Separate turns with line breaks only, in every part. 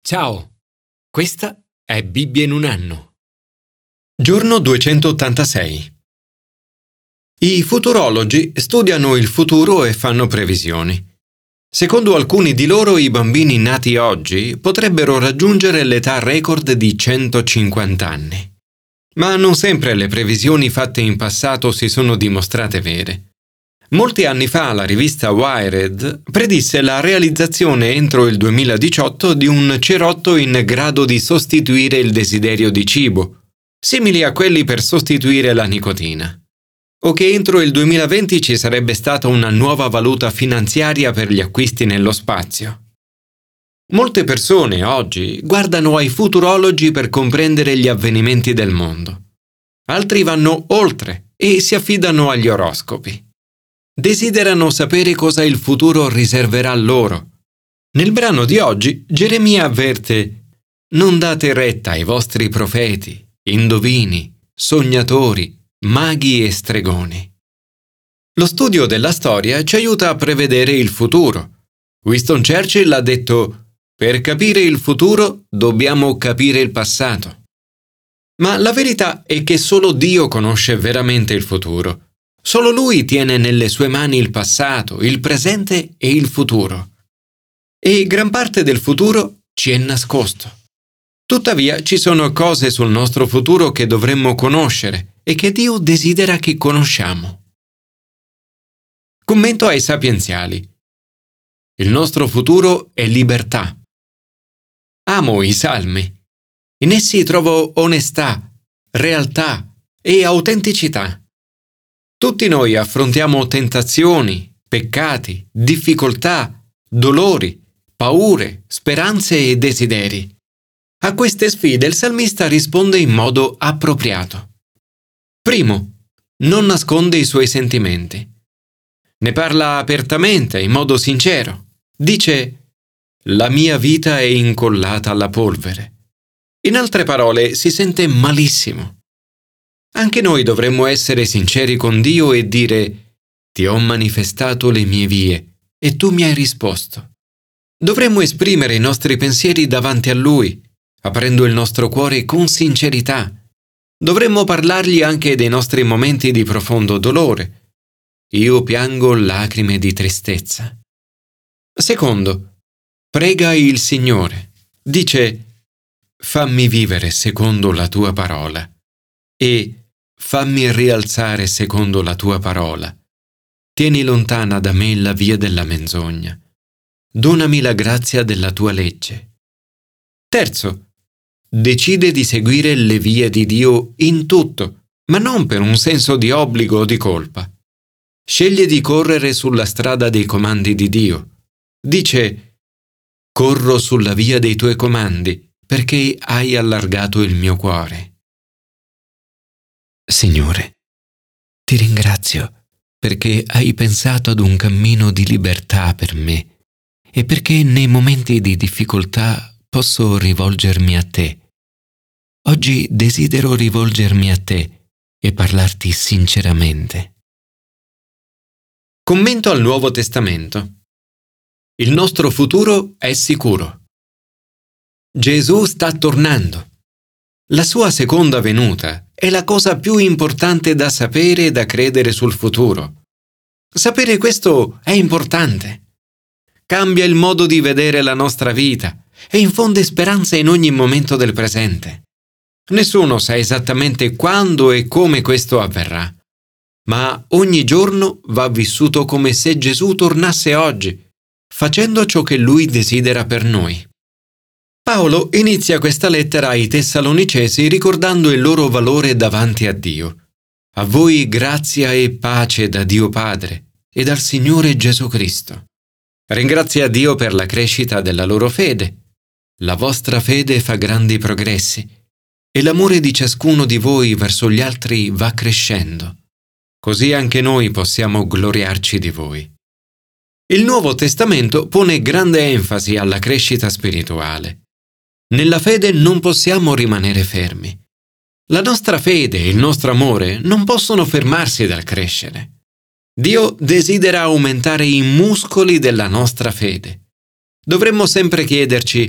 Ciao, questa è Bibbia in un anno. Giorno 286. I futurologi studiano il futuro e fanno previsioni. Secondo alcuni di loro, i bambini nati oggi potrebbero raggiungere l'età record di 150 anni. Ma non sempre le previsioni fatte in passato si sono dimostrate vere. Molti anni fa la rivista Wired predisse la realizzazione entro il 2018 di un cerotto in grado di sostituire il desiderio di cibo, simili a quelli per sostituire la nicotina, o che entro il 2020 ci sarebbe stata una nuova valuta finanziaria per gli acquisti nello spazio. Molte persone oggi guardano ai futurologi per comprendere gli avvenimenti del mondo. Altri vanno oltre e si affidano agli oroscopi. Desiderano sapere cosa il futuro riserverà loro. Nel brano di oggi, Geremia avverte: «Non date retta ai vostri profeti, indovini, sognatori, maghi e stregoni». Lo studio della storia ci aiuta a prevedere il futuro. Winston Churchill ha detto: «Per capire il futuro dobbiamo capire il passato». Ma la verità è che solo Dio conosce veramente il futuro. Solo Lui tiene nelle sue mani il passato, il presente e il futuro. E gran parte del futuro ci è nascosto. Tuttavia ci sono cose sul nostro futuro che dovremmo conoscere e che Dio desidera che conosciamo. Commento ai sapienziali. Il nostro futuro è libertà. Amo i salmi. In essi trovo onestà, realtà e autenticità. Tutti noi affrontiamo tentazioni, peccati, difficoltà, dolori, paure, speranze e desideri. A queste sfide il salmista risponde in modo appropriato. Primo, non nasconde i suoi sentimenti. Ne parla apertamente, in modo sincero. Dice: «La mia vita è incollata alla polvere». In altre parole, si sente malissimo. Anche noi dovremmo essere sinceri con Dio e dire: «Ti ho manifestato le mie vie e tu mi hai risposto». Dovremmo esprimere i nostri pensieri davanti a Lui, aprendo il nostro cuore con sincerità. Dovremmo parlargli anche dei nostri momenti di profondo dolore. Io piango lacrime di tristezza. Secondo, prega il Signore. Dice: «Fammi vivere secondo la tua parola» e «Fammi rialzare secondo la tua parola. Tieni lontana da me la via della menzogna. Donami la grazia della tua legge». Terzo, decide di seguire le vie di Dio in tutto, ma non per un senso di obbligo o di colpa. Sceglie di correre sulla strada dei comandi di Dio. Dice: «Corro sulla via dei tuoi comandi, perché hai allargato il mio cuore». Signore, ti ringrazio perché hai pensato ad un cammino di libertà per me e perché nei momenti di difficoltà posso rivolgermi a te. Oggi desidero rivolgermi a te e parlarti sinceramente. Commento al Nuovo Testamento. Il nostro futuro è sicuro. Gesù sta tornando. La sua seconda venuta è la cosa più importante da sapere e da credere sul futuro. Sapere questo è importante. Cambia il modo di vedere la nostra vita e infonde speranza in ogni momento del presente. Nessuno sa esattamente quando e come questo avverrà, ma ogni giorno va vissuto come se Gesù tornasse oggi, facendo ciò che Lui desidera per noi. Paolo inizia questa lettera ai Tessalonicesi ricordando il loro valore davanti a Dio. A voi grazia e pace da Dio Padre e dal Signore Gesù Cristo. Ringrazia Dio per la crescita della loro fede. La vostra fede fa grandi progressi e l'amore di ciascuno di voi verso gli altri va crescendo. Così anche noi possiamo gloriarci di voi. Il Nuovo Testamento pone grande enfasi alla crescita spirituale. Nella fede non possiamo rimanere fermi. La nostra fede e il nostro amore non possono fermarsi dal crescere. Dio desidera aumentare i muscoli della nostra fede. Dovremmo sempre chiederci: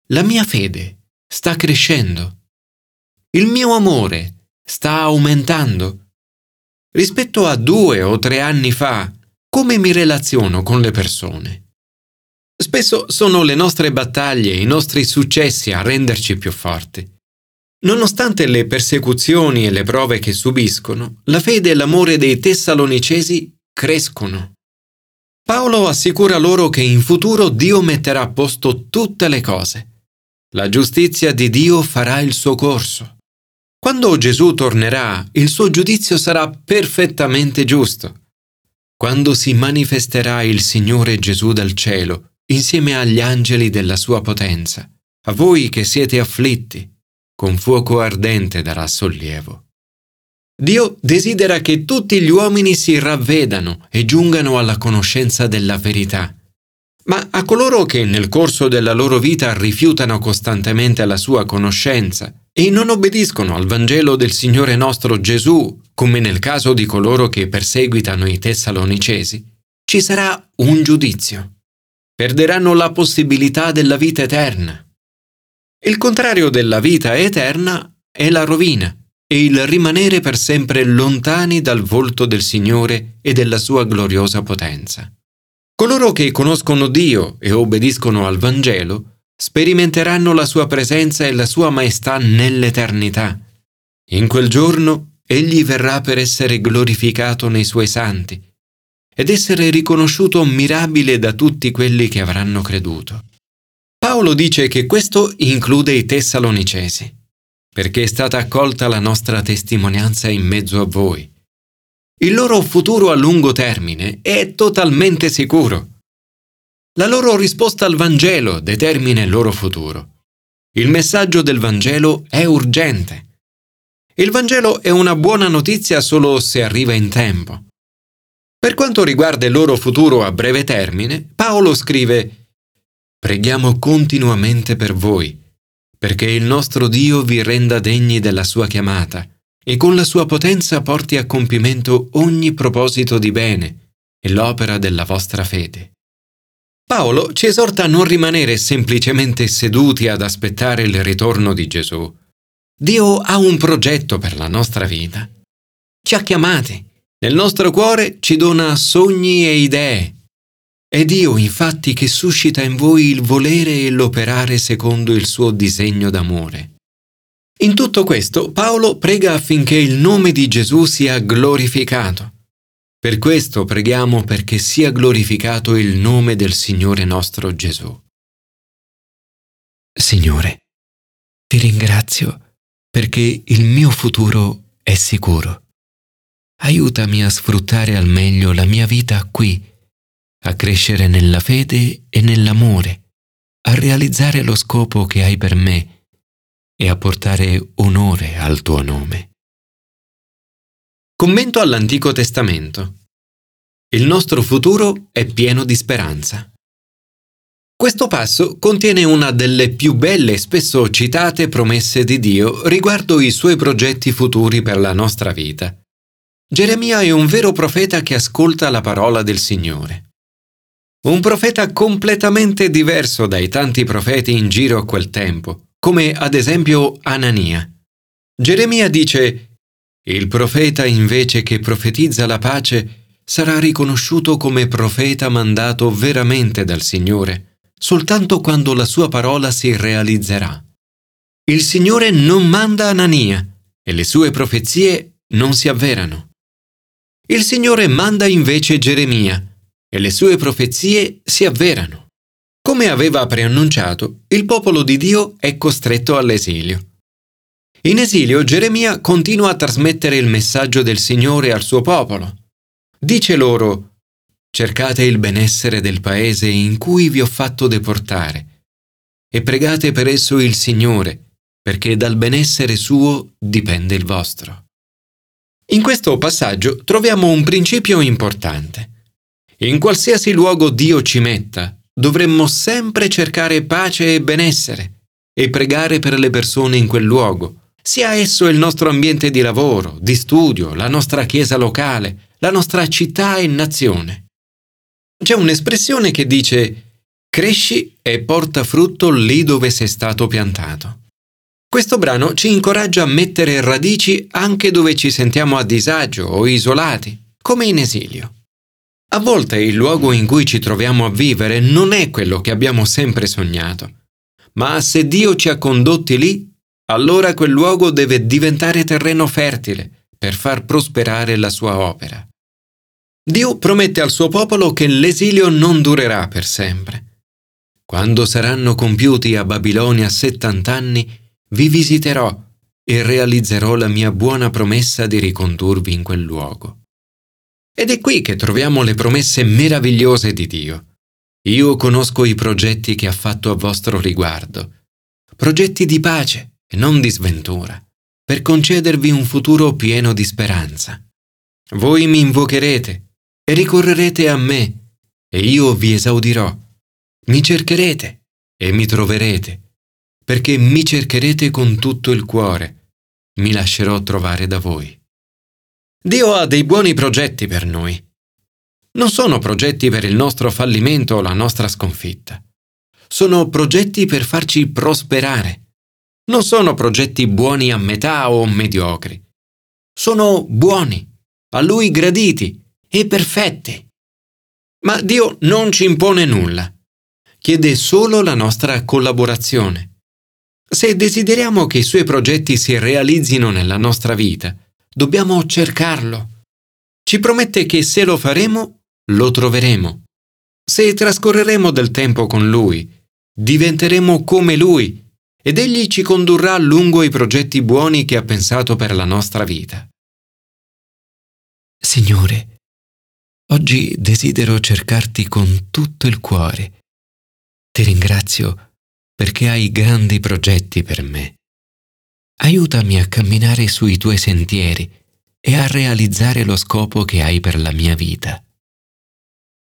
la mia fede sta crescendo. Il mio amore sta aumentando. Rispetto a 2 o 3 anni fa, come mi relaziono con le persone? Spesso sono le nostre battaglie e i nostri successi a renderci più forti. Nonostante le persecuzioni e le prove che subiscono, la fede e l'amore dei Tessalonicesi crescono. Paolo assicura loro che in futuro Dio metterà a posto tutte le cose. La giustizia di Dio farà il suo corso. Quando Gesù tornerà, il suo giudizio sarà perfettamente giusto. Quando si manifesterà il Signore Gesù dal cielo, insieme agli angeli della sua potenza, a voi che siete afflitti, con fuoco ardente darà sollievo. Dio desidera che tutti gli uomini si ravvedano e giungano alla conoscenza della verità. Ma a coloro che nel corso della loro vita rifiutano costantemente la sua conoscenza e non obbediscono al Vangelo del Signore nostro Gesù, come nel caso di coloro che perseguitano i Tessalonicesi, ci sarà un giudizio. Perderanno la possibilità della vita eterna. Il contrario della vita eterna è la rovina e il rimanere per sempre lontani dal volto del Signore e della sua gloriosa potenza. Coloro che conoscono Dio e obbediscono al Vangelo sperimenteranno la sua presenza e la sua maestà nell'eternità. In quel giorno egli verrà per essere glorificato nei suoi santi ed essere riconosciuto mirabile da tutti quelli che avranno creduto. Paolo dice che questo include i Tessalonicesi, perché è stata accolta la nostra testimonianza in mezzo a voi. Il loro futuro a lungo termine è totalmente sicuro. La loro risposta al Vangelo determina il loro futuro. Il messaggio del Vangelo è urgente. Il Vangelo è una buona notizia solo se arriva in tempo. Per quanto riguarda il loro futuro a breve termine, Paolo scrive: «Preghiamo continuamente per voi, perché il nostro Dio vi renda degni della sua chiamata e con la sua potenza porti a compimento ogni proposito di bene e l'opera della vostra fede». Paolo ci esorta a non rimanere semplicemente seduti ad aspettare il ritorno di Gesù. Dio ha un progetto per la nostra vita. Ci ha chiamati. Nel nostro cuore ci dona sogni e idee. È Dio, infatti, che suscita in voi il volere e l'operare secondo il suo disegno d'amore. In tutto questo, Paolo prega affinché il nome di Gesù sia glorificato. Per questo preghiamo perché sia glorificato il nome del Signore nostro Gesù. Signore, ti ringrazio perché il mio futuro è sicuro. Aiutami a sfruttare al meglio la mia vita qui, a crescere nella fede e nell'amore, a realizzare lo scopo che hai per me e a portare onore al tuo nome. Commento all'Antico Testamento. Il nostro futuro è pieno di speranza. Questo passo contiene una delle più belle e spesso citate promesse di Dio riguardo i suoi progetti futuri per la nostra vita. Geremia è un vero profeta che ascolta la parola del Signore. Un profeta completamente diverso dai tanti profeti in giro a quel tempo, come ad esempio Anania. Geremia dice: «Il profeta invece che profetizza la pace sarà riconosciuto come profeta mandato veramente dal Signore, soltanto quando la sua parola si realizzerà. Il Signore non manda Anania e le sue profezie non si avverano. Il Signore manda invece Geremia e le sue profezie si avverano». Come aveva preannunciato, il popolo di Dio è costretto all'esilio. In esilio Geremia continua a trasmettere il messaggio del Signore al suo popolo. Dice loro: «Cercate il benessere del paese in cui vi ho fatto deportare e pregate per esso il Signore, perché dal benessere suo dipende il vostro». In questo passaggio troviamo un principio importante. In qualsiasi luogo Dio ci metta, dovremmo sempre cercare pace e benessere e pregare per le persone in quel luogo, sia esso il nostro ambiente di lavoro, di studio, la nostra chiesa locale, la nostra città e nazione. C'è un'espressione che dice: Cresci e porta frutto lì dove sei stato piantato. Questo brano ci incoraggia a mettere radici anche dove ci sentiamo a disagio o isolati, come in esilio. A volte il luogo in cui ci troviamo a vivere non è quello che abbiamo sempre sognato, ma se Dio ci ha condotti lì, allora quel luogo deve diventare terreno fertile per far prosperare la sua opera. Dio promette al suo popolo che l'esilio non durerà per sempre. Quando saranno compiuti a Babilonia 70 anni, vi visiterò e realizzerò la mia buona promessa di ricondurvi in quel luogo. Ed è qui che troviamo le promesse meravigliose di Dio. Io conosco i progetti che ha fatto a vostro riguardo, progetti di pace e non di sventura, per concedervi un futuro pieno di speranza. Voi mi invocherete e ricorrerete a me, e io vi esaudirò. Mi cercherete e mi troverete, perché mi cercherete con tutto il cuore. Mi lascerò trovare da voi. Dio ha dei buoni progetti per noi. Non sono progetti per il nostro fallimento o la nostra sconfitta. Sono progetti per farci prosperare. Non sono progetti buoni a metà o mediocri. Sono buoni, a Lui graditi e perfetti. Ma Dio non ci impone nulla. Chiede solo la nostra collaborazione. Se desideriamo che i Suoi progetti si realizzino nella nostra vita, dobbiamo cercarlo. Ci promette che se lo faremo, lo troveremo. Se trascorreremo del tempo con Lui, diventeremo come Lui ed Egli ci condurrà lungo i progetti buoni che ha pensato per la nostra vita. Signore, oggi desidero cercarti con tutto il cuore. Ti ringrazio perché hai grandi progetti per me. Aiutami a camminare sui tuoi sentieri e a realizzare lo scopo che hai per la mia vita.